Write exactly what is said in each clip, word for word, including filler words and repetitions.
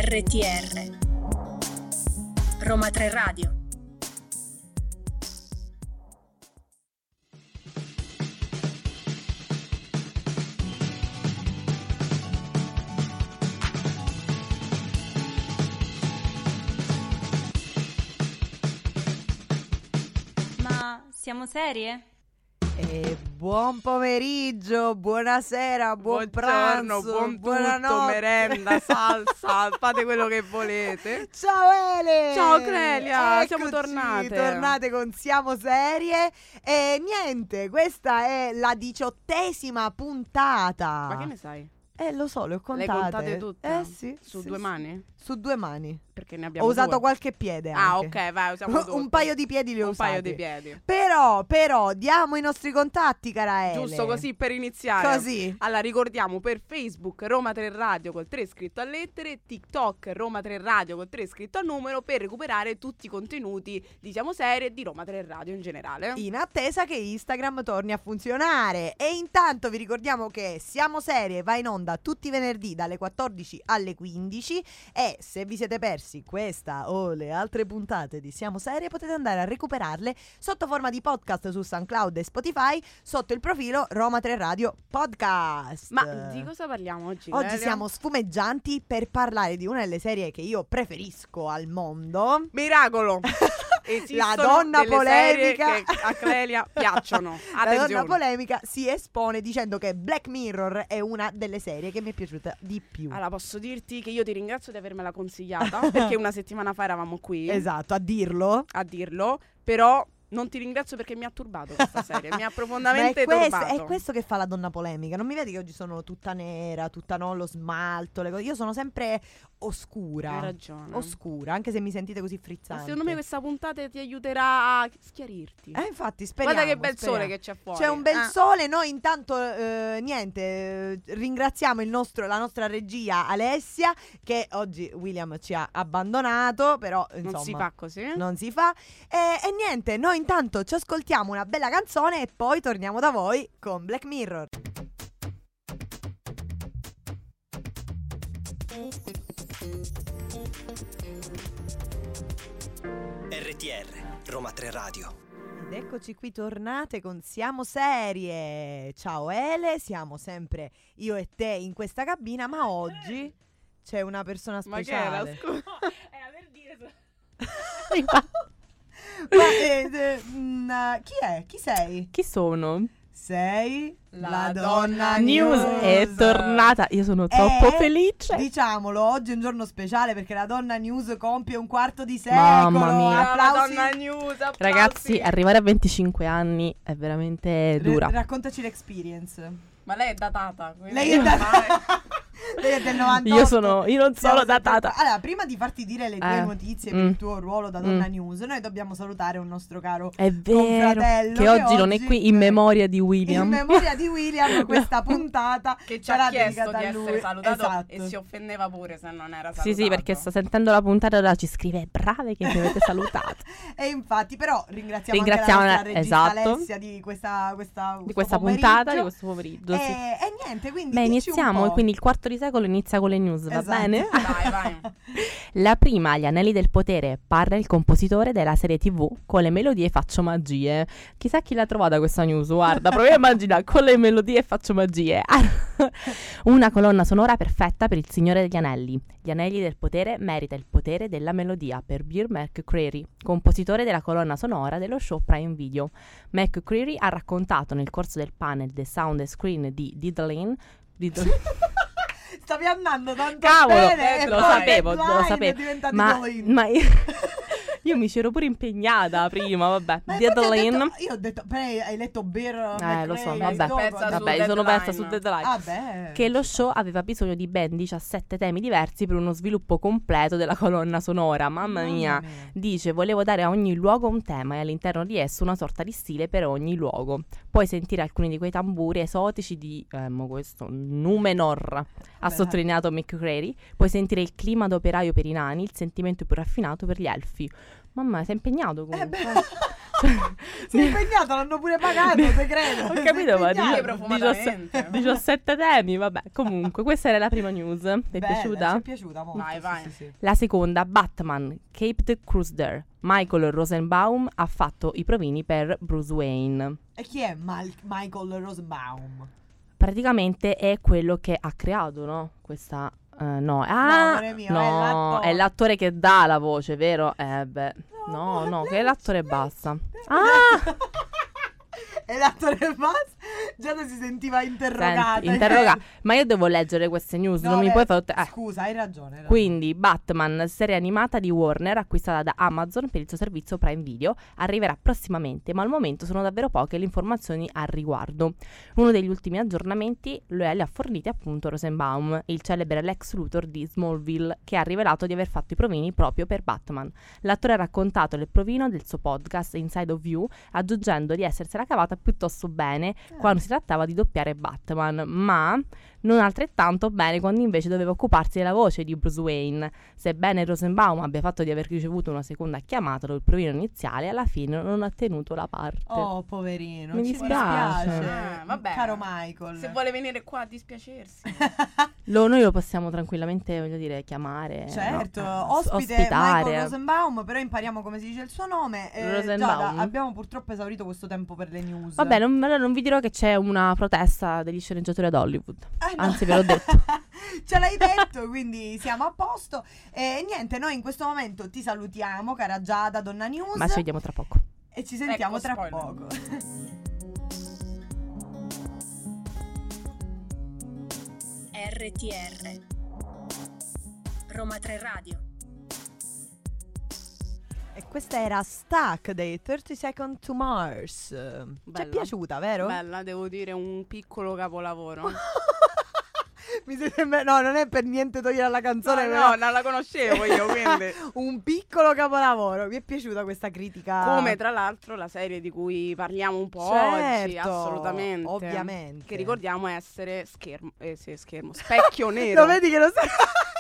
R T R Roma tre Radio. Ma siamo serie? E buon pomeriggio, buonasera, buon Buongiorno, pranzo, buon buonanotte, tutto, merenda, salsa, fate quello che volete. Ciao Ele! Ciao Clelia, Eccoci, siamo tornate. tornate con Siamo Serie. E niente, questa è la diciottesima puntata. Ma che ne sai? Eh, lo so, le ho Le contate. contate tutte? Eh sì. Su sì, due sì. mani? Su due mani. Perché ne abbiamo Ho usato due. qualche piede Ah, anche. ok, vai, usiamo tutto. Un paio di piedi li ho Un usati. paio di piedi. Però, però, diamo i nostri contatti, cara Ele. Giusto così per iniziare. Così. Allora ricordiamo per Facebook Roma tre Radio col tre scritto a lettere, TikTok Roma tre Radio col tre scritto a numero, per recuperare tutti i contenuti di Siamo Serie e di Roma tre Radio in generale. In attesa che Instagram torni a funzionare. E intanto vi ricordiamo che Siamo Serie va in onda tutti i venerdì dalle quattordici alle quindici. E se vi siete persi questa o le altre puntate di Siamo Serie, potete andare a recuperarle sotto forma di podcast su SoundCloud e Spotify sotto il profilo Roma tre Radio Podcast. Ma di cosa parliamo oggi? Oggi Clelia? siamo sfumeggianti per parlare di una delle serie che io preferisco al mondo. Miracolo. Esistono La donna delle serie polemica che a Clelia piacciono. La Attenzione. donna polemica si espone dicendo che Black Mirror è una delle serie che mi è piaciuta di più. Allora posso dirti che io ti ringrazio di avermela consigliata perché una settimana fa eravamo qui Esatto, a dirlo. a dirlo, però non ti ringrazio perché mi ha turbato questa serie, mi ha Ma è profondamente questo, turbato. è questo che fa la donna polemica. Non mi vedi che oggi sono tutta nera, tutta no, lo smalto, le cose. Io sono sempre oscura. Hai ragione. Oscura, anche se mi sentite così Ma frizzante. secondo me questa puntata ti aiuterà a schiarirti. Eh, infatti, speriamo. Guarda che bel speriamo. sole che c'è fuori. C'è un bel Eh. sole. Noi intanto eh, niente, eh, ringraziamo il nostro, la nostra regia Alessia, che oggi William ci ha abbandonato. Però insomma Non si fa così. non si fa. E, e niente, noi intanto ci ascoltiamo una bella canzone e poi torniamo da voi con Black Mirror. R T R Roma tre Radio. Ed eccoci qui tornate con Siamo Serie. Ciao Ele, siamo sempre io e te in questa cabina, ma oggi c'è una persona Ma che era? speciale. Scusa. Era per dire. Ma, eh, eh, mm, chi è? Chi sei? Chi sono? Sei La donna News è tornata. Io sono troppo E, felice. Diciamolo, oggi è un giorno speciale perché la donna News compie un quarto di secolo. Mamma mia. La Applausi. donna news, applausi. Ragazzi, arrivare a venticinque anni è veramente dura. R- raccontaci l'experience. Ma lei è datata. quindi- Lei è datata. Lei è del novantotto. Io sono, io non Siamo sono sempre- datata. Allora, prima di farti dire le tue Eh. notizie per Mm. il tuo ruolo da donna Mm. news, noi dobbiamo salutare un nostro caro È vero confratello che oggi non è qui in eh, memoria di in William. memoria di William questa puntata Che ci sarà ha chiesto dedicata di a lui. essere salutato Esatto. e si offendeva pure se non era salutato. Sì, sì, perché sta sentendo la puntata e ora ci scrive brave che mi avete salutato. E infatti, però ringraziamo, Ringraziamo anche la la- nostra regista esatto. Alessia di questa, questa, Di questo questa pomeriggio. puntata, di questo pomeriggio. E, Sì. e niente, quindi Beh, dici un iniziamo. po'. Quindi il quarto di secolo inizia con le news, va Esatto. bene? Vai, vai. La prima, Gli Anelli del Potere, parla il compositore della serie tivù Con le melodie faccio magie. Chissà chi l'ha trovata questa news, guarda, proviamo a immaginare Con le melodie faccio magie. Una colonna sonora perfetta per il Signore degli Anelli. Gli Anelli del Potere merita il potere della melodia per Bear McCreary, compositore della colonna sonora dello show Prime Video. McCreary ha raccontato nel corso del panel The Sound and Screen di Diddlin Diddlin Stavi andando tanto Cavolo, bene e lo poi sapevo, lo deadline sapevo. è diventato Ma, Diddlin. ma io, io mi c'ero pure impegnata prima, vabbè. Ma infatti ho Diddlin. detto- Io ho detto, però hai letto Bear Eh, lo so, McCreary, vabbè, dopo, persa adesso- vabbè, su sono persa su Deadline. Deadline. Vabbè. Che lo show aveva bisogno di ben diciassette temi diversi per uno sviluppo completo della colonna sonora. Mamma mia. Dice, volevo dare a ogni luogo un tema e all'interno di esso una sorta di stile per ogni luogo. Puoi sentire alcuni di quei tamburi esotici di eh, mo questo Numenor, ha Vabbè. sottolineato McCreary. Puoi sentire il clima d'operaio per i nani, il sentimento più raffinato per gli elfi. Mamma, sei impegnato comunque. Eh beh, sei impegnato, l'hanno pure pagato, te credo. Ho Sei capito, ma impegnato. Io profumatamente. diciassette temi, vabbè. Comunque, questa era la prima news. Ti è Bella, piaciuta? Ci è piaciuta molto. Vai, sì, vai. sì, sì. La seconda, Batman, Caped Crusader. Michael Rosenbaum ha fatto i provini per Bruce Wayne. E chi è Mal- Michael Rosenbaum? Praticamente è quello che ha creato, no? Questa... eh, no, ah, amore mio, è no, l'attore. è l'attore che dà la voce, vero? Eh beh, no, no, che è l'attore e basta. Ah! E l'attore basta? Giada si sentiva interrogata. Senti, interroga. Ma io devo leggere queste news, No, non mi beh, puoi fare tutte- eh. Scusa, hai ragione, hai ragione. Quindi Batman, serie animata di Warner acquistata da Amazon per il suo servizio Prime Video, arriverà prossimamente, ma al momento sono davvero poche le informazioni al riguardo. Uno degli ultimi aggiornamenti lo li ha forniti appunto Rosenbaum, il celebre Lex Luthor di Smallville, che ha rivelato di aver fatto i provini proprio per Batman. L'attore ha raccontato nel provino del suo podcast Inside of You, aggiungendo di essersela cavata piuttosto bene quando si trattava di doppiare Batman, ma non altrettanto bene quando invece doveva occuparsi della voce di Bruce Wayne. Sebbene Rosenbaum abbia fatto di aver ricevuto una seconda chiamata dopo il provino iniziale, alla fine non ha tenuto la parte. Oh, poverino. Mi ci dispiace. dispiace. Eh, vabbè. Caro Michael. Se vuole venire qua a dispiacersi. Lo, noi lo possiamo tranquillamente, voglio dire, chiamare. Certo, no? ospite Ospitare. Michael Rosenbaum, però impariamo come si dice il suo nome. Eh, Rosenbaum. Giada, abbiamo purtroppo esaurito questo tempo per le news. Vabbè, non, allora non vi dirò che c'è una protesta degli sceneggiatori ad Hollywood. Eh, no. Anzi, ve l'ho detto. Ce l'hai detto, quindi siamo a posto. E niente, noi in questo momento ti salutiamo, cara Giada, Donna News. Ma ci vediamo tra poco. E ci sentiamo Ecco, tra spoiler. poco. R T R Roma tre Radio. E questa era Stuck dei thirty Seconds to Mars. Ci è Bella. piaciuta, vero? Bella, devo dire, un piccolo capolavoro. Mi siete me- no, non è per niente togliere la No, canzone, no, però non la conoscevo io, quindi. un piccolo capolavoro. Mi è piaciuta questa critica? Come tra l'altro la serie di cui parliamo un po' oggi, Certo, assolutamente. ovviamente. Che ricordiamo essere schermo, eh sì, schermo, specchio nero. Lo vedi che lo sai?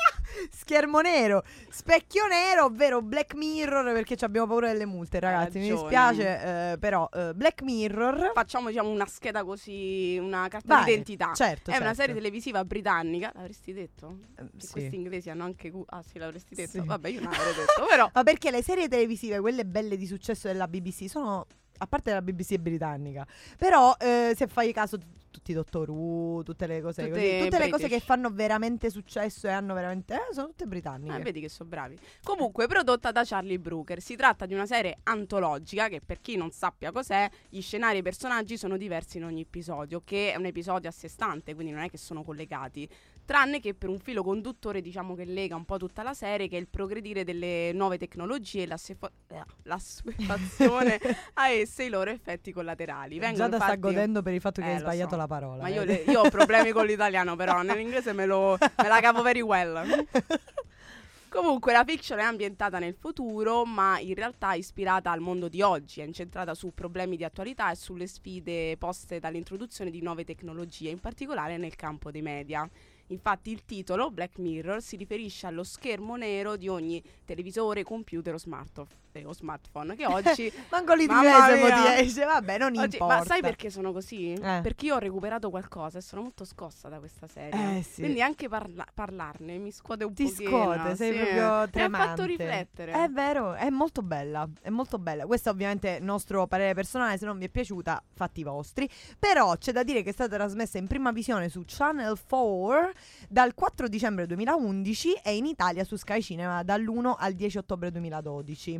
Schermo nero, specchio nero, ovvero Black Mirror, perché ci abbiamo paura delle multe, ragazzi. Mi ragione. dispiace, eh, però eh, Black Mirror. Facciamo diciamo una scheda così, una carta Vai, d'identità. certo, È una certo. serie televisiva britannica, l'avresti detto? Eh, Che sì. questi inglesi hanno anche cu- ah sì, l'avresti detto. Sì. Vabbè, io non l'avrei detto, però Ma perché le serie televisive, quelle belle di successo della B B C, sono, a parte la B B C britannica, però eh, se fai caso t- tutti i Doctor Who, tutte le cose Tutte così, tutte le cose British. che fanno veramente successo e hanno veramente eh, sono tutte britanniche. Eh, vedi che sono bravi. Comunque, prodotta da Charlie Brooker. Si tratta di una serie antologica che, per chi non sappia cos'è, gli scenari e i personaggi sono diversi in ogni episodio, che è un episodio a sé stante, quindi non è che sono collegati. Tranne che per un filo conduttore, diciamo, che lega un po' tutta la serie, che è il progredire delle nuove tecnologie e l'assefo- eh, l'assuefazione a esse e i loro effetti collaterali. Vengono Giada sta infatti- godendo per il fatto che Eh, hai lo sbagliato so. la parola. Ma io, eh. le- io ho problemi con l'italiano, però nell'inglese me, lo, me la cavo very well. Comunque la fiction è ambientata nel futuro, ma in realtà è ispirata al mondo di oggi, è incentrata su problemi di attualità e sulle sfide poste dall'introduzione di nuove tecnologie, in particolare nel campo dei media. Infatti il titolo, Black Mirror, si riferisce allo schermo nero di ogni televisore, computer o smartphone, eh, o smartphone che oggi... Manco Mamma l'inglese mo mia. ti esce, vabbè, non oggi- importa. ma sai perché sono così? Eh. Perché io ho recuperato qualcosa e sono molto scossa da questa serie. Eh, sì. Quindi anche parla- parlarne mi scuote un Ti pochino. scuote, sei sì. proprio Mi ha tremante. fatto riflettere. È vero, è molto bella, è molto bella. Questo ovviamente è il nostro parere personale, se non vi è piaciuta, fatti i vostri. Però c'è da dire che è stata trasmessa in prima visione su Channel quattro dal quattro dicembre duemilaundici e in Italia su Sky Cinema dall'primo al dieci ottobre duemiladodici.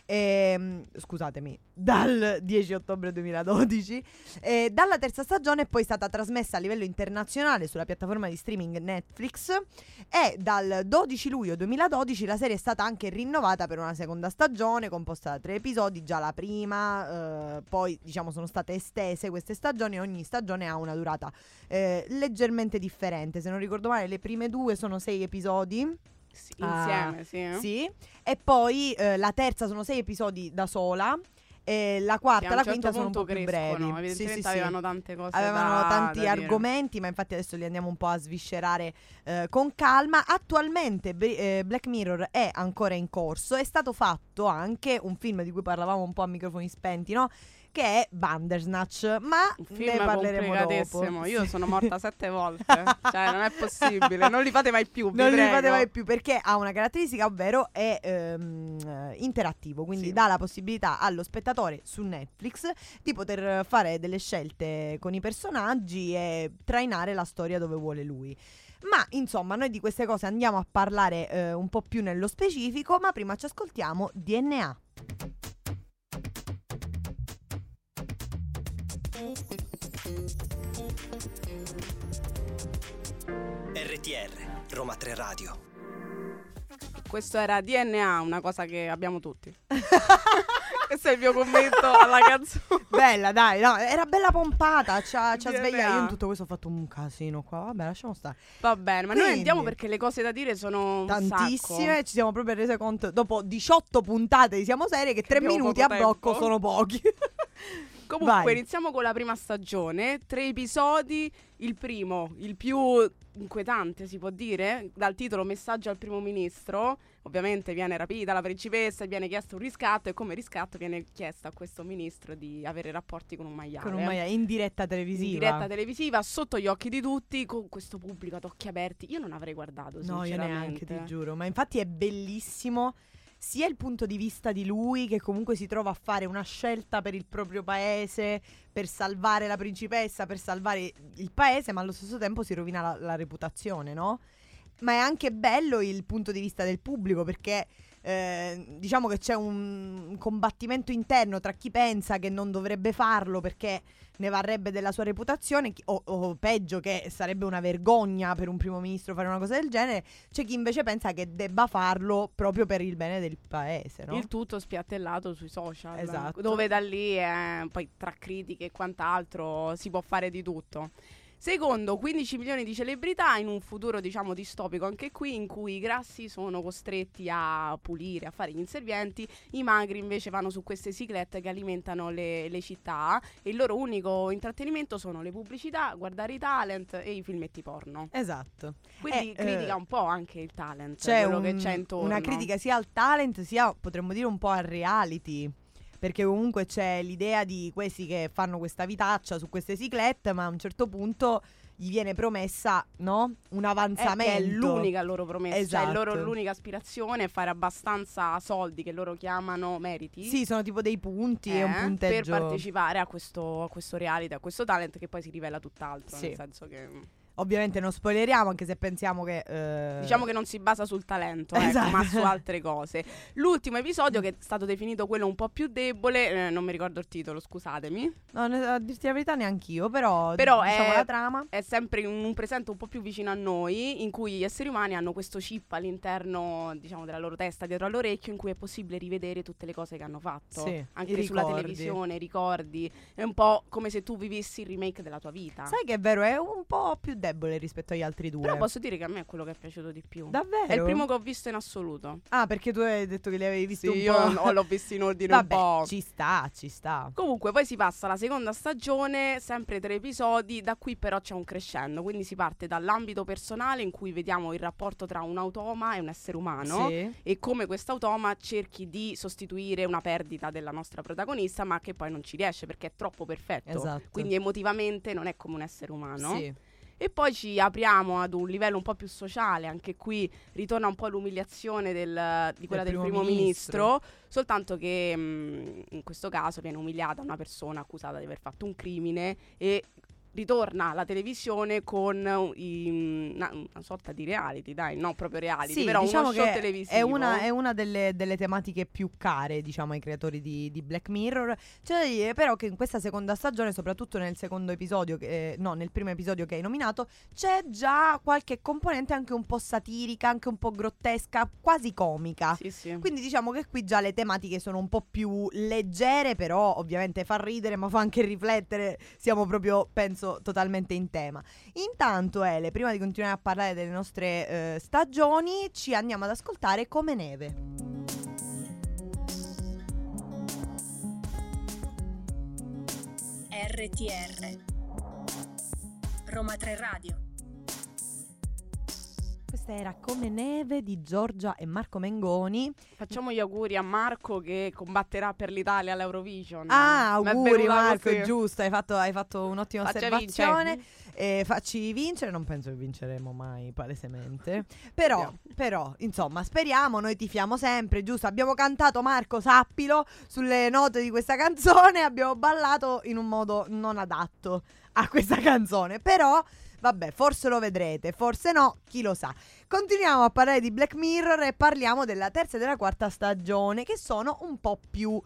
Ehm, scusatemi, dal dieci ottobre duemiladodici. E dalla terza stagione è poi stata trasmessa a livello internazionale sulla piattaforma di streaming Netflix e dal dodici luglio duemiladodici la serie è stata anche rinnovata per una seconda stagione composta da tre episodi, già la prima, eh, poi diciamo sono state estese queste stagioni e ogni stagione ha una durata eh, leggermente differente. Se non ricordo male le prime due sono sei episodi. Sì, insieme, sì. Sì, e poi eh, la terza sono sei episodi da sola. E la quarta Che e a la un certo quinta sono un po' punto più crescono, brevi. evidentemente Sì, sì, sì. avevano tante cose Avevano da- tanti da dire. argomenti, ma infatti adesso li andiamo un po' a sviscerare eh, con calma. Attualmente Bri- eh, Black Mirror è ancora in corso. È stato fatto anche un film di cui parlavamo un po' a microfoni spenti, no? Che è Bandersnatch, ma Un ne film parleremo complicatissimo. dopo. Io Sì. sono morta sette volte. Cioè, non è possibile. Non li fate mai più. vi Non li prego. fate mai più perché ha una caratteristica, ovvero è ehm, eh, interattivo, quindi Sì. dà la possibilità allo spettatore su Netflix di poter fare delle scelte con i personaggi e trainare la storia dove vuole lui. Ma insomma, noi di queste cose andiamo a parlare eh, un po' più nello specifico, ma prima ci ascoltiamo D N A. R T R, Roma tre Radio. Questo era D N A, una cosa che abbiamo tutti. Questo è il mio commento alla canzone. Bella, dai, no, era bella pompata, ci ha, ci ha D N A. svegliato. Io in tutto questo ho fatto un casino qua, vabbè, lasciamo stare. Va bene, ma noi Quindi, andiamo perché le cose da dire sono un tantissime, sacco. ci siamo proprio rese conto dopo diciotto puntate di Siamo Serie che Che tre abbiamo minuti a poco blocco tempo. sono pochi. Comunque, Vai. iniziamo con la prima stagione. Tre episodi. Il primo, il più inquietante, si può dire, dal titolo Messaggio al primo ministro. Ovviamente viene rapita la principessa e viene chiesto un riscatto. E come riscatto viene chiesto a questo ministro di avere rapporti con un maiale. Con un maiale in diretta televisiva. In diretta televisiva, sotto gli occhi di tutti, con questo pubblico ad occhi aperti. Io non avrei guardato, No, io sinceramente. neanche, ti giuro. Ma infatti è bellissimo sia il punto di vista di lui, che comunque si trova a fare una scelta per il proprio paese, per salvare la principessa, per salvare il paese, ma allo stesso tempo si rovina la, la reputazione, no? Ma è anche bello il punto di vista del pubblico, perché eh, diciamo che c'è un combattimento interno tra chi pensa che non dovrebbe farlo perché ne varrebbe della sua reputazione, chi- o, o peggio che sarebbe una vergogna per un primo ministro fare una cosa del genere. C'è chi invece pensa che debba farlo proprio per il bene del paese, no? Il tutto spiattellato sui social, Esatto. dove da lì eh, poi tra critiche e quant'altro si può fare di tutto. Secondo, quindici milioni di celebrità in un futuro diciamo distopico anche qui, in cui i grassi sono costretti a pulire, a fare gli inservienti, i magri invece vanno su queste ciclette che alimentano le, le città e il loro unico intrattenimento sono le pubblicità, guardare i talent e i filmetti porno. Esatto. Quindi Eh, critica eh, un po' anche il talent, C'è quello un- che c'è intorno. una critica sia al talent sia, potremmo dire, un po' al reality. Perché comunque c'è l'idea di questi che fanno questa vitaccia su queste ciclette, ma a un certo punto gli viene promessa, no? Un Eh, avanzamento. che è l'unica loro promessa, Esatto. cioè il loro l'unica aspirazione è fare abbastanza soldi che loro chiamano meriti. Sì, sono tipo dei punti e un eh, punteggio. per partecipare a questo, a questo reality, a questo talent che poi si rivela tutt'altro, Sì. nel senso che Ovviamente non spoileriamo, anche se pensiamo che eh, diciamo che non si basa sul talento, ecco, Esatto. ma su altre cose. L'ultimo episodio, che è stato definito quello un po' più debole, eh, non mi ricordo il titolo, scusatemi, no, ne- a dirti la verità neanch'io, però, Però diciamo è- la trama. è sempre in un presente un po' più vicino a noi, in cui gli esseri umani hanno questo chip all'interno, diciamo, della loro testa, dietro all'orecchio, in cui è possibile rivedere tutte le cose che hanno fatto, Sì, anche i sulla ricordi. televisione, ricordi. È un po' come se tu vivissi il remake della tua vita. Sai che è vero, è un po' più debole rispetto agli altri due. Però posso dire che a me è quello che è piaciuto di più. Davvero? È il primo che ho visto in assoluto. Ah, perché tu hai detto che li avevi visti Sì, un io po'. non- l'ho visto in ordine Vabbè, un po'. ci sta, ci sta. Comunque poi si passa alla seconda stagione, sempre tre episodi, da qui però c'è un crescendo, quindi si parte dall'ambito personale in cui vediamo il rapporto tra un automa e un essere umano Sì. e come quest'automa cerchi di sostituire una perdita della nostra protagonista, ma che poi non ci riesce perché è troppo perfetto, Esatto. quindi emotivamente non è come un essere umano. Sì. E poi ci apriamo ad un livello un po' più sociale, anche qui ritorna un po' l'umiliazione del- di quella del, primo primo ministro. ministro, soltanto che mh, in questo caso viene umiliata una persona accusata di aver fatto un crimine e ritorna alla televisione con uh, i- una, una sorta di reality, dai, no proprio reality, Sì, però diciamo uno show che televisivo. è una, è una delle, delle tematiche più care, diciamo, ai creatori di, di Black Mirror. C'è da dire però che in questa seconda stagione, soprattutto nel secondo episodio, che, eh, no, nel primo episodio che hai nominato, c'è già qualche componente anche un po' satirica, anche un po' grottesca, quasi comica. Sì, sì. Quindi diciamo che qui già le tematiche sono un po' più leggere, però ovviamente fa ridere, ma fa anche riflettere. Siamo proprio, penso, totalmente in tema. Intanto, Ele, prima di continuare a parlare delle nostre eh, stagioni, ci andiamo ad ascoltare Come Neve. R T R Roma tre Radio. Questa era Come neve di Giorgia e Marco Mengoni. Facciamo gli auguri a Marco che combatterà per l'Italia all'Eurovision. Ah, M'è auguri venuta Marco, così. è giusto, hai fatto, hai fatto un'ottima Faccia osservazione. vincere. Eh, facci vincere, non penso che vinceremo mai palesemente. Però, Speriamo. però, insomma, speriamo, noi tifiamo sempre, giusto? Abbiamo cantato, Marco, sappilo, sulle note di questa canzone, abbiamo ballato in un modo non adatto a questa canzone, però vabbè, forse lo vedrete, forse no, chi lo sa. Continuiamo a parlare di Black Mirror e parliamo della terza e della quarta stagione, che sono un po' più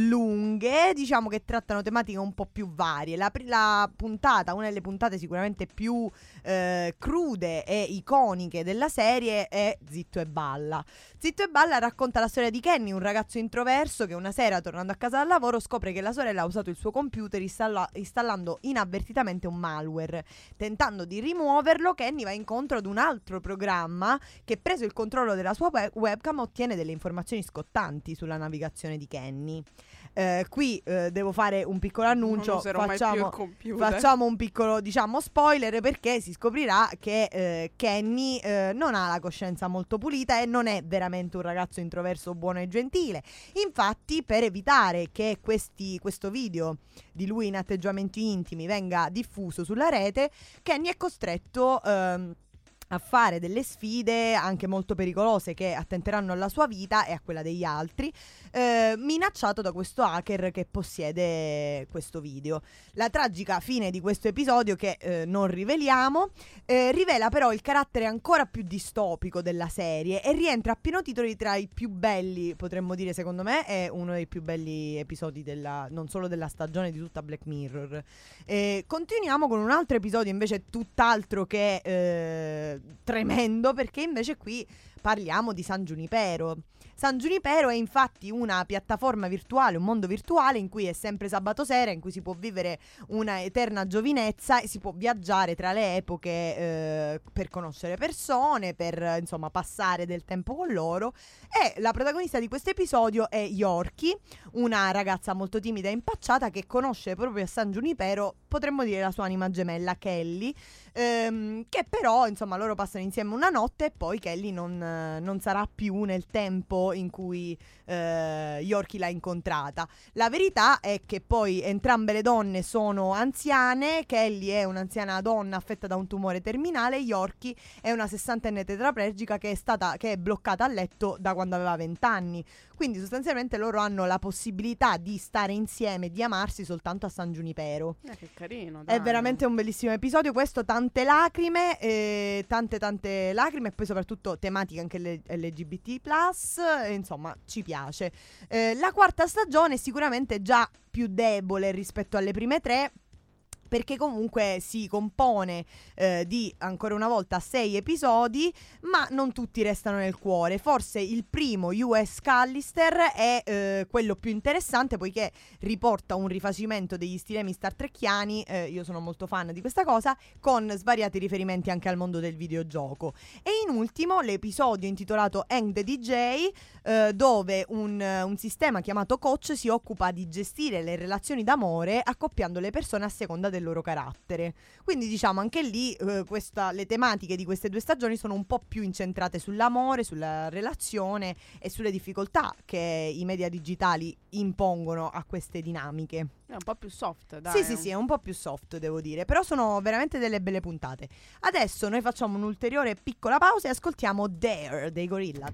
lunghe, diciamo che trattano tematiche un po' più varie. La, pri- la puntata, una delle puntate sicuramente più eh, crude e iconiche della serie è Zitto e Balla. Zitto e Balla racconta la storia di Kenny, un ragazzo introverso che una sera, tornando a casa dal lavoro, scopre che la sorella ha usato il suo computer installa- installando inavvertitamente un malware. Tentando di rimuoverlo, Kenny va incontro ad un altro programma che, preso il controllo della sua web- webcam, ottiene delle informazioni scottanti sulla navigazione di Kenny. Eh, qui eh, devo fare un piccolo annuncio. Non userò mai più facciamo, il computer. facciamo un piccolo, diciamo, spoiler, perché si scoprirà che eh, Kenny eh, non ha la coscienza molto pulita e non è veramente un ragazzo introverso, buono e gentile. Infatti, per evitare che questi, questo video di lui in atteggiamenti intimi venga diffuso sulla rete, Kenny è costretto ehm, a fare delle sfide anche molto pericolose che attenteranno alla sua vita e a quella degli altri, eh, minacciato da questo hacker che possiede questo video. La tragica fine di questo episodio, che eh, non riveliamo, eh, rivela però il carattere ancora più distopico della serie e rientra a pieno titolo tra i più belli, potremmo dire, secondo me è uno dei più belli episodi della, non solo della stagione, di tutta Black Mirror. Eh, continuiamo con un altro episodio invece tutt'altro che eh, tremendo, perché invece qui parliamo di San Giunipero. San Giunipero è infatti una piattaforma virtuale, un mondo virtuale in cui è sempre sabato sera, in cui si può vivere una eterna giovinezza e si può viaggiare tra le epoche eh, per conoscere persone, per insomma passare del tempo con loro. E la protagonista di questo episodio è Yorkie, una ragazza molto timida e impacciata che conosce proprio a San Giunipero, potremmo dire, la sua anima gemella Kelly, ehm, che però insomma loro passano insieme una notte e poi Kelly non, eh, non sarà più nel tempo in cui eh, Yorkie l'ha incontrata. La verità è che poi entrambe le donne sono anziane. Kelly è un'anziana donna affetta da un tumore terminale, Yorkie è una sessantenne tetraplegica che è stata che è bloccata a letto da quando aveva venti anni. Quindi sostanzialmente loro hanno la possibilità di stare insieme, di amarsi soltanto a San Giunipero. Eh, che carino, dai. È veramente un bellissimo episodio questo, tante lacrime, eh, tante tante lacrime e poi soprattutto tematiche anche L G B T plus, eh, insomma ci piace. Eh, la quarta stagione è sicuramente già più debole rispetto alle prime tre, perché comunque si compone eh, di, ancora una volta, sei episodi, ma non tutti restano nel cuore. Forse il primo, U S Callister, è eh, quello più interessante, poiché riporta un rifacimento degli stilemi star trekkiani, eh, io sono molto fan di questa cosa, con svariati riferimenti anche al mondo del videogioco. E in ultimo l'episodio intitolato Hang the D J, eh, dove un, un sistema chiamato Coach si occupa di gestire le relazioni d'amore accoppiando le persone a seconda del loro carattere. Quindi diciamo anche lì eh, questa, le tematiche di queste due stagioni sono un po' più incentrate sull'amore, sulla relazione e sulle difficoltà che i media digitali impongono a queste dinamiche. È un po' più soft, dai. Sì, sì, sì, è un po' più soft, devo dire, però sono veramente delle belle puntate. Adesso noi facciamo un'ulteriore piccola pausa e ascoltiamo Dare dei Gorillaz.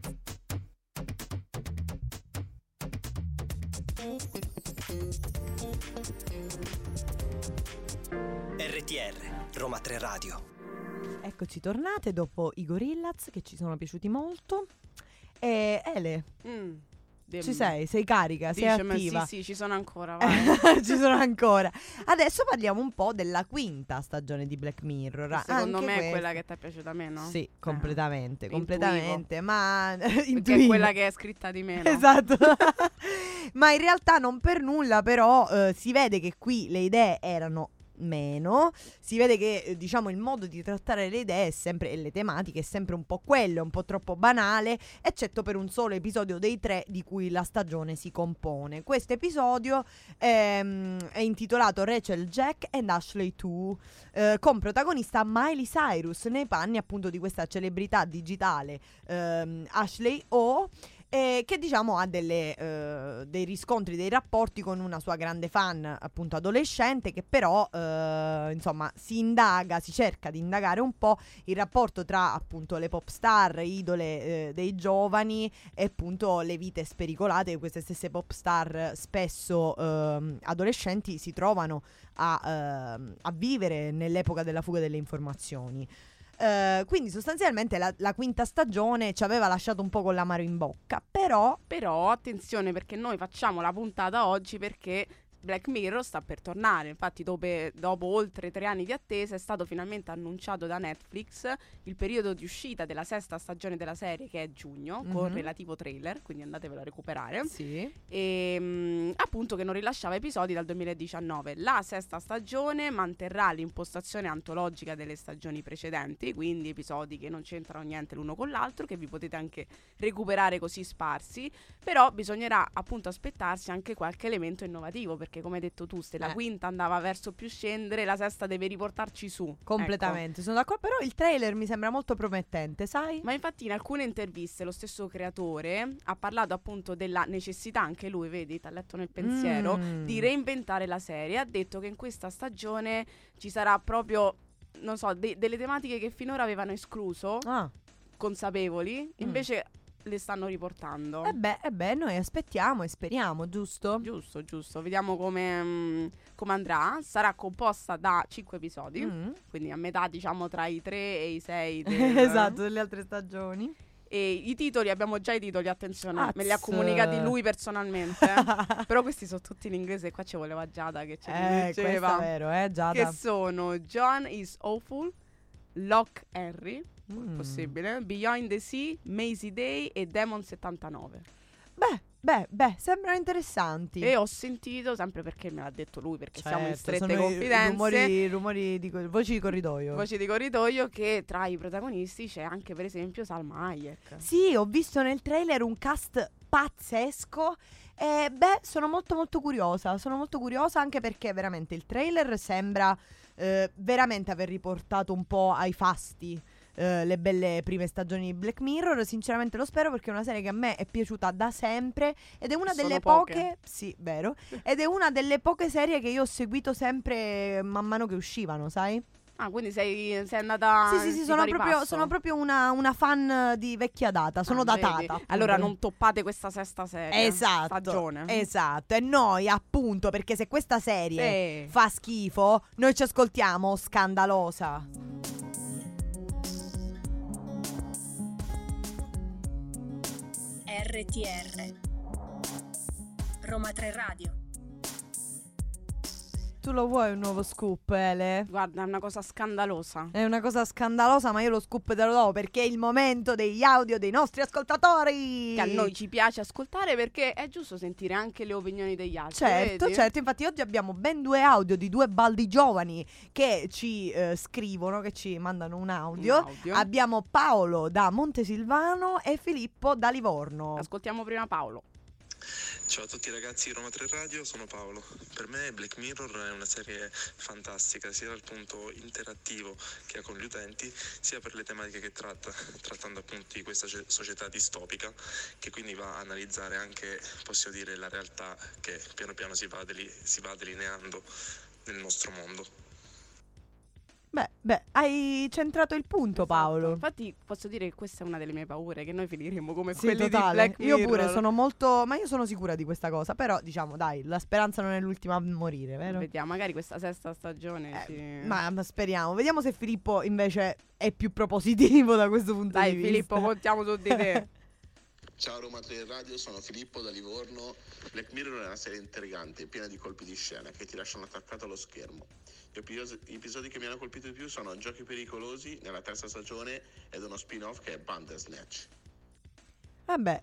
R T R Roma tre Radio. Eccoci tornate dopo i Gorillaz, che ci sono piaciuti molto. E Ele, Mm, de- ci sei? Sei carica? Sei Dicemi, attiva? sì, sì, ci sono ancora, vai. Ci sono ancora. Adesso parliamo un po' della quinta stagione di Black Mirror. Secondo Anche me è questa- quella che ti è piaciuta meno. Sì, completamente, Ah, completamente. Ma Perché è intuivo. quella che è scritta di meno. Esatto. Ma in realtà non per nulla, però eh, si vede che qui le idee erano meno. Si vede che eh, diciamo il modo di trattare le idee è sempre, e le tematiche è sempre un po' quello, è un po' troppo banale, eccetto per un solo episodio dei tre di cui la stagione si compone. Questo episodio ehm, è intitolato Rachel, Jack and Ashley due, eh, con protagonista Miley Cyrus nei panni appunto di questa celebrità digitale ehm, Ashley O, eh, che diciamo ha delle, eh, dei riscontri, dei rapporti con una sua grande fan appunto adolescente, che però eh, insomma si indaga, si cerca di indagare un po' il rapporto tra appunto le pop star, idole eh, dei giovani, e appunto le vite spericolate di queste stesse pop star spesso ehm, adolescenti si trovano a, ehm, a vivere nell'epoca della fuga delle informazioni. Uh, quindi sostanzialmente la, la quinta stagione ci aveva lasciato un po' con l'amaro in bocca, però Però attenzione, perché noi facciamo la puntata oggi perché Black Mirror sta per tornare. Infatti dopo, dopo oltre tre anni di attesa è stato finalmente annunciato da Netflix il periodo di uscita della sesta stagione della serie, che è giugno, mm-hmm. con relativo trailer, quindi andatevelo a recuperare. sì. E mh, appunto che non rilasciava episodi dal duemiladiciannove. La sesta stagione manterrà l'impostazione antologica delle stagioni precedenti, quindi episodi che non c'entrano niente l'uno con l'altro, che vi potete anche recuperare così sparsi. Però bisognerà appunto aspettarsi anche qualche elemento innovativo, perché come hai detto tu, se la Eh. quinta andava verso più scendere, la sesta deve riportarci su. Completamente, sono d'accordo, però il trailer mi sembra molto promettente, sai? Ma infatti in alcune interviste lo stesso creatore ha parlato appunto della necessità, anche lui, vedi, t'ha letto nel pensiero, Mm. di reinventare la serie. Ha detto che in questa stagione ci sarà proprio, non so, de- delle tematiche che finora avevano escluso, Ah. consapevoli, invece le stanno riportando. E beh, e beh, noi aspettiamo e speriamo, giusto? Giusto, giusto. Vediamo come, mm, come andrà. Sarà composta da cinque episodi, Mm. quindi a metà, diciamo, tra i tre e i sei del... Esatto, delle altre stagioni. E i titoli, abbiamo già i titoli, attenzione, Az. me li ha comunicati lui personalmente. Però questi sono tutti in inglese, qua ci voleva Giada che ci Eh, questo è diceva. vero, eh, Giada. Che sono John is Awful, Lock Henry, Mm. possibile, Beyond the Sea, Maisie Day e Demon settantanove. Beh, beh, beh, sembrano interessanti. E ho sentito, sempre perché me l'ha detto lui, perché siamo in Certo, strette sono i confidenze, rumori, rumori di co- voci di corridoio. voci di corridoio, che tra i protagonisti c'è anche per esempio Salma Hayek. Sì, ho visto nel trailer un cast pazzesco. E beh, sono molto molto curiosa. Sono molto curiosa anche perché veramente il trailer sembra eh, veramente aver riportato un po' ai fasti eh, le belle prime stagioni di Black Mirror. Sinceramente lo spero, perché è una serie che a me è piaciuta da sempre ed è una Sono delle poche. poche, sì, vero, ed è una delle poche serie che io ho seguito sempre man mano che uscivano, sai? Ah, quindi sei, sei andata Sì, sì, sì, di sono pari proprio, passo. sono proprio una, una fan di vecchia data. Sono Ah, datata. vedi? appunto. Allora non toppate questa sesta serie. Esatto, Stagione. esatto. E noi appunto, perché se questa serie Sì. fa schifo, noi ci ascoltiamo Scandalosa. R T R Roma tre Radio. Tu lo vuoi un nuovo scoop, Ele? Guarda, è una cosa scandalosa. È una cosa scandalosa, ma io lo scoop te lo do perché è il momento degli audio dei nostri ascoltatori. Che a noi ci piace ascoltare, perché è giusto sentire anche le opinioni degli altri. Certo, vedi? certo, infatti oggi abbiamo ben due audio di due baldi giovani che ci eh, scrivono, che ci mandano un audio. Un audio. Abbiamo Paolo da Montesilvano e Filippo da Livorno. Ascoltiamo prima Paolo. Ciao a tutti ragazzi di Roma tre Radio, sono Paolo. Per me Black Mirror è una serie fantastica, sia dal punto interattivo che ha con gli utenti, sia per le tematiche che tratta, trattando appunto di questa ce- società distopica, che quindi va a analizzare anche, possiamo dire, la realtà che piano piano si va, deli- si va delineando nel nostro mondo. Beh, beh, hai centrato il punto, Esatto. Paolo. Infatti posso dire che questa è una delle mie paure, che noi finiremo come Sì, quelli totale. di Black Mirror. Io pure sono molto, ma io sono sicura di questa cosa. Però diciamo, dai, la speranza non è l'ultima a morire, vero? Vediamo, magari questa sesta stagione Eh, ci... ma, ma speriamo. Vediamo se Filippo invece è più propositivo da questo punto Dai di vista. Filippo, contiamo su di te. Ciao Roma tre Radio, sono Filippo da Livorno. Black Mirror è una serie intrigante, piena di colpi di scena che ti lasciano attaccato allo schermo. Gli episosi, gli episodi che mi hanno colpito di più sono Giochi pericolosi nella terza stagione ed uno spin-off che è Bandersnatch. Vabbè,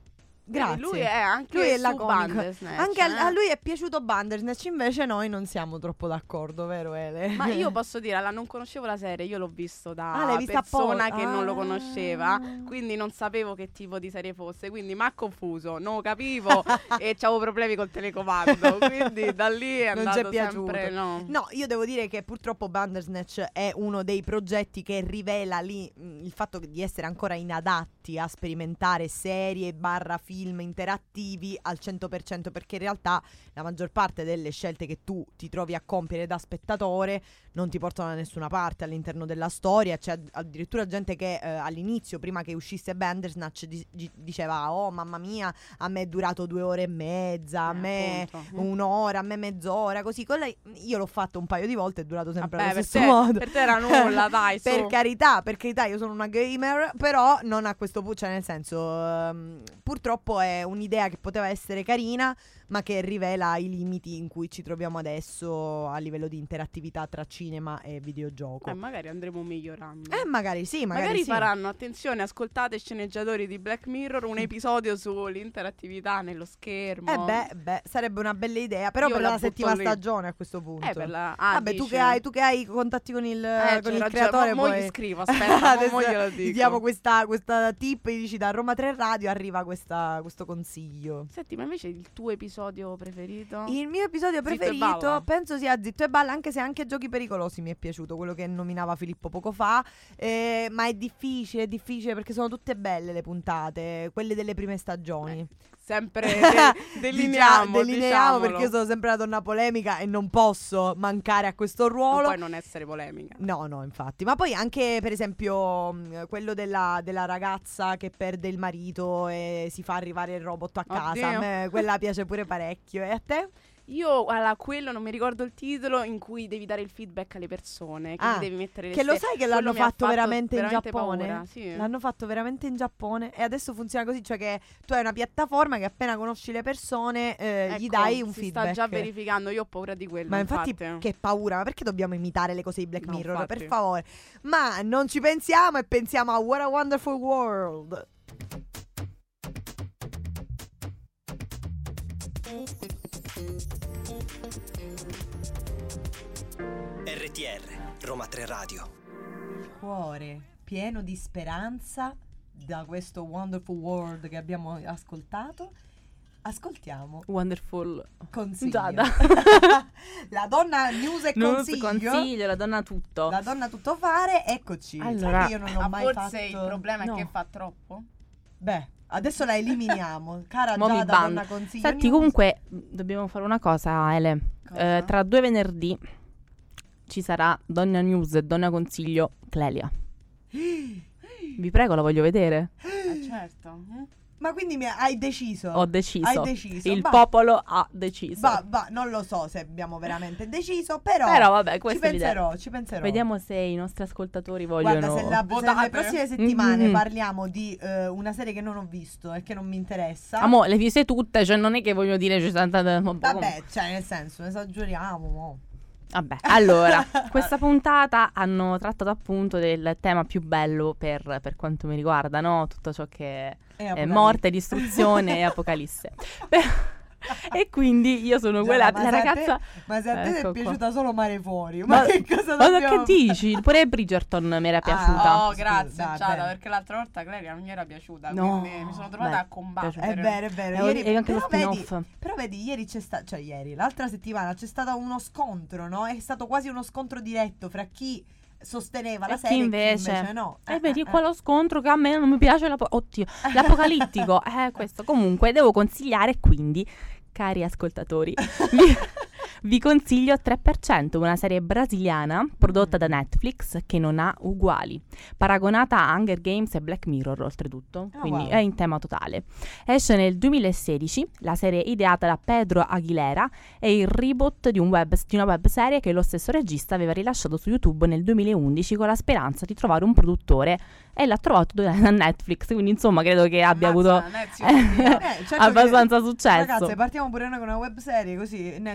Grazie. Lui è anche Lui è su laconico. Bandersnatch, Anche a, eh. a lui è piaciuto Bandersnatch, invece noi non siamo troppo d'accordo, vero Ele? Ma io posso dire, la non conoscevo la serie, io l'ho visto da Ah, l'hai vista persona apposta? che non lo Ah. conosceva, quindi non sapevo che tipo di serie fosse, quindi mi ha confuso, non lo capivo e c'avevo problemi col telecomando, quindi da lì è Non andato ci è piaciuto. sempre no. No, io devo dire che purtroppo Bandersnatch è uno dei progetti che rivela lì mh, il fatto di essere ancora inadatti a sperimentare serie barra film interattivi al cento per cento, perché in realtà la maggior parte delle scelte che tu ti trovi a compiere da spettatore non ti portano da nessuna parte all'interno della storia. C'è addirittura gente che eh, all'inizio, prima che uscisse Bandersnatch, di- di- diceva oh mamma mia, a me è durato due ore e mezza, a Eh, me appunto. un'ora, a me mezz'ora, così. Quella io l'ho fatto un paio di volte, è durato sempre Vabbè, allo per stesso te, modo. per te era nulla, dai, su. Per carità, per carità, io sono una gamer, però non a questo punto, cioè nel senso, ehm, purtroppo è un'idea che poteva essere carina, ma che rivela i limiti in cui ci troviamo adesso a livello di interattività tra cinema e videogioco. Eh, magari andremo migliorando. Eh, magari sì, magari, Magari sì. faranno, attenzione, ascoltate sceneggiatori di Black Mirror, un episodio sull'interattività nello schermo. Eh beh, beh, sarebbe una bella idea, però Io per la la butto settima lì. stagione a questo punto. Eh, per la... ah, Vabbè, tu dici? che, hai, tu che hai contatti con il, Eh, con c'hai il ragione, creatore, mo- mo poi gli scrivo, aspetta, mo- Adesso mo glielo gli dico. diamo questa, questa tip e dici da Roma tre Radio arriva questa, questo consiglio. Senti, ma invece il tuo episodio preferito? Il mio episodio Zitto e preferito Balla. penso sia Zitto e Balla, anche se anche Giochi Pericolosi mi è piaciuto, quello che nominava Filippo poco fa, eh, ma è difficile, è difficile perché sono tutte belle le puntate, quelle delle prime stagioni. Sempre de- delineiamo, Dicia- delineiamo diciamolo. perché io sono sempre la donna polemica e non posso mancare a questo Non ruolo. puoi non essere polemica. No, no, infatti. Ma poi anche, per esempio, mh, quello della, della ragazza che perde il marito e si fa arrivare il robot a casa. Oddio. A me quella piace pure parecchio. E a te? Io, allora, quello non mi ricordo il titolo, in cui devi dare il feedback alle persone, che Ah, devi mettere le Che lo ste- sai che quello l'hanno mi ha fatto, veramente, veramente in Giappone? paura, sì. L'hanno fatto veramente in Giappone e adesso funziona così, cioè che tu hai una piattaforma che appena conosci le persone eh, gli Ecco, dai un si feedback. sta già verificando, io ho paura di quello. Ma infatti, infatti. che paura, ma perché dobbiamo imitare le cose di Black No, Mirror? infatti. Per favore. Ma non ci pensiamo e pensiamo a What a Wonderful World. R T R, Roma tre Radio. Cuore pieno di speranza da questo Wonderful World che abbiamo ascoltato. Ascoltiamo Wonderful Consiglio. Giada. La donna news e News, consiglio. consiglio, la donna tutto. La donna tutto fare, eccoci. Allora, Sai che io non ho Ah, mai forse fatto. il problema no. è che fa troppo? Beh, adesso la eliminiamo. Cara Mo mi Giada, bando. donna consiglio. Senti, news. comunque, mh, dobbiamo fare una cosa, Ele. Cosa? Eh, tra due venerdì ci sarà Donna News e Donna Consiglio Clelia. Vi prego, la voglio vedere. Eh, certo. Mm. Ma quindi mi hai deciso? Ho deciso. Hai deciso. Il Va. popolo ha deciso. Va, va, non lo so se abbiamo veramente deciso, però, Però vabbè, ci questa è l'idea. penserò, ci penserò. Vediamo se i nostri ascoltatori vogliono. Guarda, se, la, se Votate. le prossime settimane Mhm. parliamo di eh, una serie che non ho visto e che non mi interessa. Amo, le viste tutte, cioè non è che voglio dire ci sono tante- Vabbè, cioè nel senso, esageriamo. Mo. Vabbè, allora, questa puntata hanno trattato appunto del tema più bello per, per quanto mi riguarda, no? Tutto ciò che E è Apocalisse. morte, distruzione e apocalisse. Per- e quindi io sono quella Già, ma la se a te- ragazza. Ma se a te Ecco è qua. piaciuta solo Mare Fuori, ma, Ma- che cosa Ma dobbiamo che dici? Pure Bridgerton mi era Ah, piaciuta. Oh, scusa, grazie, va Giada, bene. perché l'altra volta Clelia non mi era piaciuta, No. quindi mi sono trovata Beh, a combattere. È vero, è vero. E Ieri, e anche lo però, vedi, spin-off. però vedi, ieri c'è stato, cioè ieri, l'altra settimana c'è stato uno scontro, no? È stato quasi uno scontro diretto fra chi sosteneva la E chi serie invece? e chi invece no. E Eh, vedi eh, qua lo scontro che a me non mi piace l'apo- Oddio, l'apocalittico. Eh, questo comunque devo consigliare, quindi, cari ascoltatori, vi, vi consiglio tre per cento, una serie brasiliana prodotta da Netflix che non ha uguali, paragonata a Hunger Games e Black Mirror oltretutto, Oh, quindi wow. è in tema totale. Esce nel duemilasedici, la serie ideata da Pedro Aguilera è il reboot di, un web, di una web serie che lo stesso regista aveva rilasciato su YouTube nel duemilaundici con la speranza di trovare un produttore e l'ha trovato da Netflix, quindi insomma credo che abbia Ammazza, avuto Netflix, oddio. Eh, certo abbastanza che- successo. Ragazze, partiamo pure noi con una web serie così Netflix ci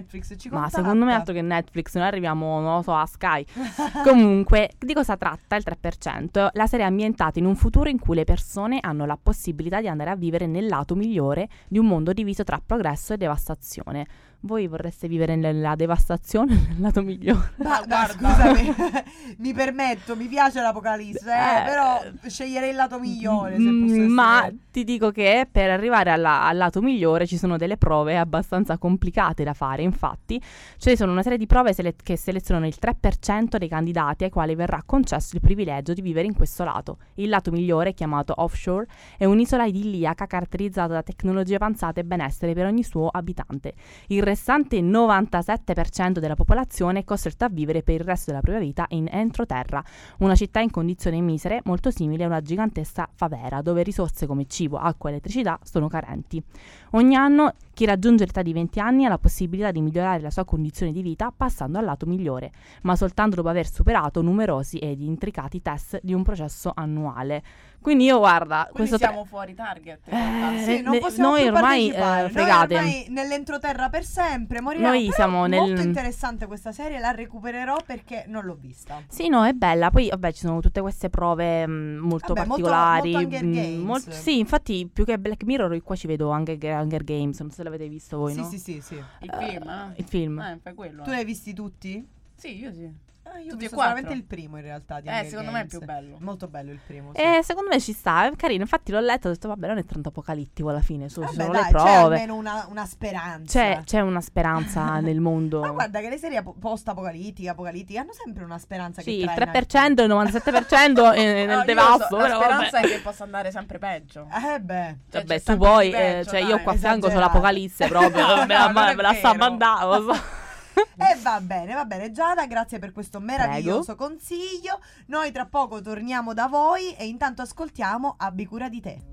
ci Ma contatta. secondo me altro che Netflix, noi arriviamo, non lo so, a Sky. Comunque, di cosa tratta il tre per cento? La serie è ambientata in un futuro in cui le persone hanno la possibilità di andare a vivere nel lato migliore di un mondo diviso tra progresso e devastazione. Voi vorreste vivere nella devastazione o nel lato migliore? Ma, ma scusami, mi permetto, mi piace l'apocalisse, eh, Eh, però sceglierei il lato migliore. Se Mm, posso essere... Ma ti dico che per arrivare alla- al lato migliore ci sono delle prove abbastanza complicate da fare. Infatti, ce ne sono una serie di prove sele- che selezionano il tre per cento dei candidati ai quali verrà concesso il privilegio di vivere in questo lato. Il lato migliore, chiamato offshore, è un'isola idilliaca caratterizzata da tecnologie avanzate e benessere per ogni suo abitante. Il restante novantasette per cento della popolazione è costretta a vivere per il resto della propria vita in entroterra, una città in condizioni misere molto simile a una gigantesca favela dove risorse come cibo, acqua e elettricità sono carenti. Ogni anno chi raggiunge l'età di venti anni ha la possibilità di migliorare la sua condizione di vita passando al lato migliore, ma soltanto dopo aver superato numerosi ed intricati test di un processo annuale. Quindi io guarda, Quindi questo tre- siamo fuori target. in Eh, realtà. Sì, non ne- possiamo noi più ormai, partecipare. eh, fregate. Noi ormai nell'entroterra per sempre moriremo. Noi Però siamo nel- molto interessante questa serie, la recupererò perché non l'ho vista. Sì, no, è bella. Poi, vabbè, ci sono tutte queste prove mh, molto Vabbè, molto- particolari. molto Hunger mh, Games. molt- sì, infatti, più che Black Mirror, io qua ci vedo anche G- Hunger Games. Non so se l'avete visto voi, Sì, no? sì, sì, sì. Il film, eh? Il film. Eh, fai quello. Tu li hai visti tutti? Sì, io sì. Ah, io ho Tutti e visto quattro. solamente il primo in realtà di Eh, Hunger secondo me è Games. più bello. Molto bello il primo, sì. E secondo me ci sta, è carino. Infatti l'ho letto e ho detto, vabbè, non è tanto apocalittico alla fine. Su, ci Vabbè, sono dai, le c'è prove. almeno una, una speranza. C'è, c'è una speranza nel mondo. Ma guarda che le serie ap- post-apocalittiche, apocalittiche hanno sempre una speranza Sì, che il traina tre per cento e il novantasette per cento è No, nel io devasto. so- però la speranza vabbè. è che possa andare sempre peggio. Eh beh. Cioè, Vabbè, c'è tu sempre poi, di peggio, eh, cioè io dai, qua a fianco c'ho esagerato. l'apocalisse proprio, No, me, la, no, non è me la sta vero. mandando, lo so. E va bene, va bene Giada, grazie per questo meraviglioso consiglio. Noi tra poco torniamo da voi e intanto ascoltiamo Abbi cura di te.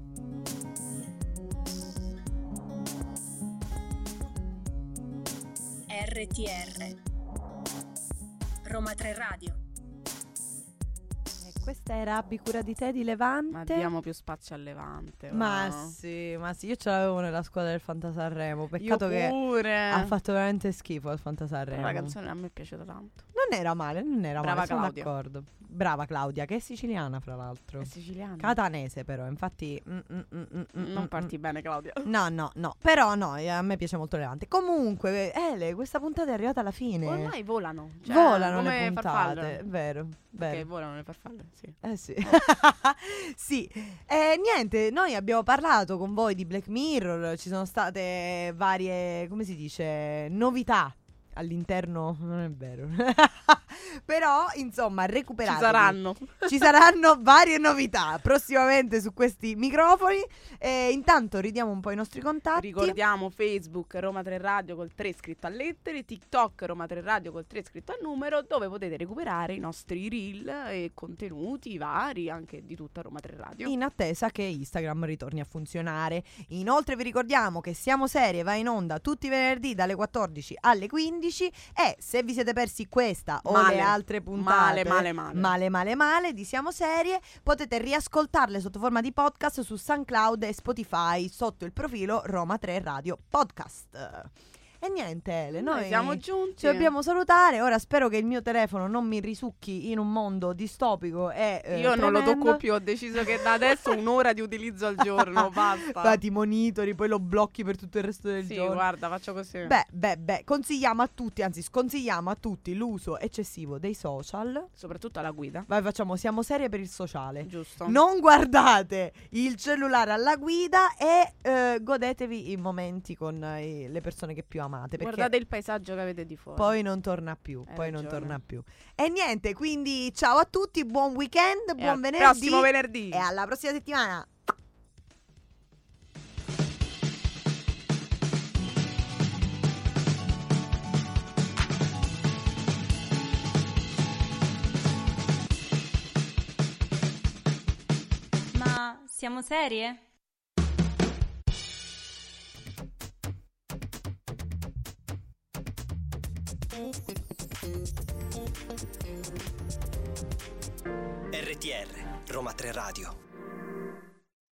R T R Roma tre Radio. Questa era Abbi cura di te di Levante. Ma diamo più spazio a Levante. Ma va. sì, ma sì, io ce l'avevo nella squadra del Fantasarremo. Peccato Io che pure. ha fatto veramente schifo al Però Fantasarremo. la canzone a me è piaciuta tanto. Non era male, non era Brava male, sono Claudia. d'accordo. Brava Claudia, che è siciliana fra l'altro. È siciliana. Catanese però, infatti mm, mm, mm, mm, mm, Non mm, parti mm. bene, Claudia. No, no, no, però no, eh, a me piace molto Levante. Comunque, Ele, questa puntata è arrivata alla fine. Ormai volano. Cioè, Volano come le puntate, farfalle. è vero, vero. Ok, volano le farfalle, sì. Eh sì. Sì. E niente, noi abbiamo parlato con voi di Black Mirror, ci sono state varie, come si dice, novità all'interno, non è vero. Però, insomma, recuperate. Ci saranno. Ci saranno varie novità prossimamente su questi microfoni. E intanto ridiamo un po' i nostri contatti. Ricordiamo Facebook Roma tre Radio col tre scritto a lettere, TikTok Roma tre Radio col tre scritto a numero, dove potete recuperare i nostri reel e contenuti vari anche di tutta Roma tre Radio. In attesa che Instagram ritorni a funzionare. Inoltre vi ricordiamo che Siamo Serie va in onda tutti i venerdì dalle quattordici alle quindici. E se vi siete persi questa o Male. le altre puntate Male, male, male. male male male di Siamo Serie, potete riascoltarle sotto forma di podcast su SoundCloud e Spotify sotto il profilo Roma tre Radio Podcast. E niente, Ele, noi, Noi siamo giunti. ci dobbiamo salutare. Ora spero che il mio telefono non mi risucchi in un mondo distopico e eh, Io non lo tremendo. tocco più, ho deciso che da adesso un'ora di utilizzo al giorno, basta. Poi ti monitori, poi lo blocchi per tutto il resto del Sì, giorno. guarda, faccio così. Beh, beh, beh, consigliamo a tutti, anzi sconsigliamo a tutti l'uso eccessivo dei social. Soprattutto alla guida. Vai, facciamo Siamo Serie per il sociale. Giusto. Non guardate il cellulare alla guida e eh, godetevi i momenti con eh, le persone che più amate. Perché Guardate il paesaggio che avete di fuori. poi non torna più. Hai Poi non ragione. torna più. E niente, quindi ciao a tutti, buon weekend, E buon al venerdì. prossimo venerdì. E alla prossima settimana. Ma siamo serie? R T R Roma tre Radio.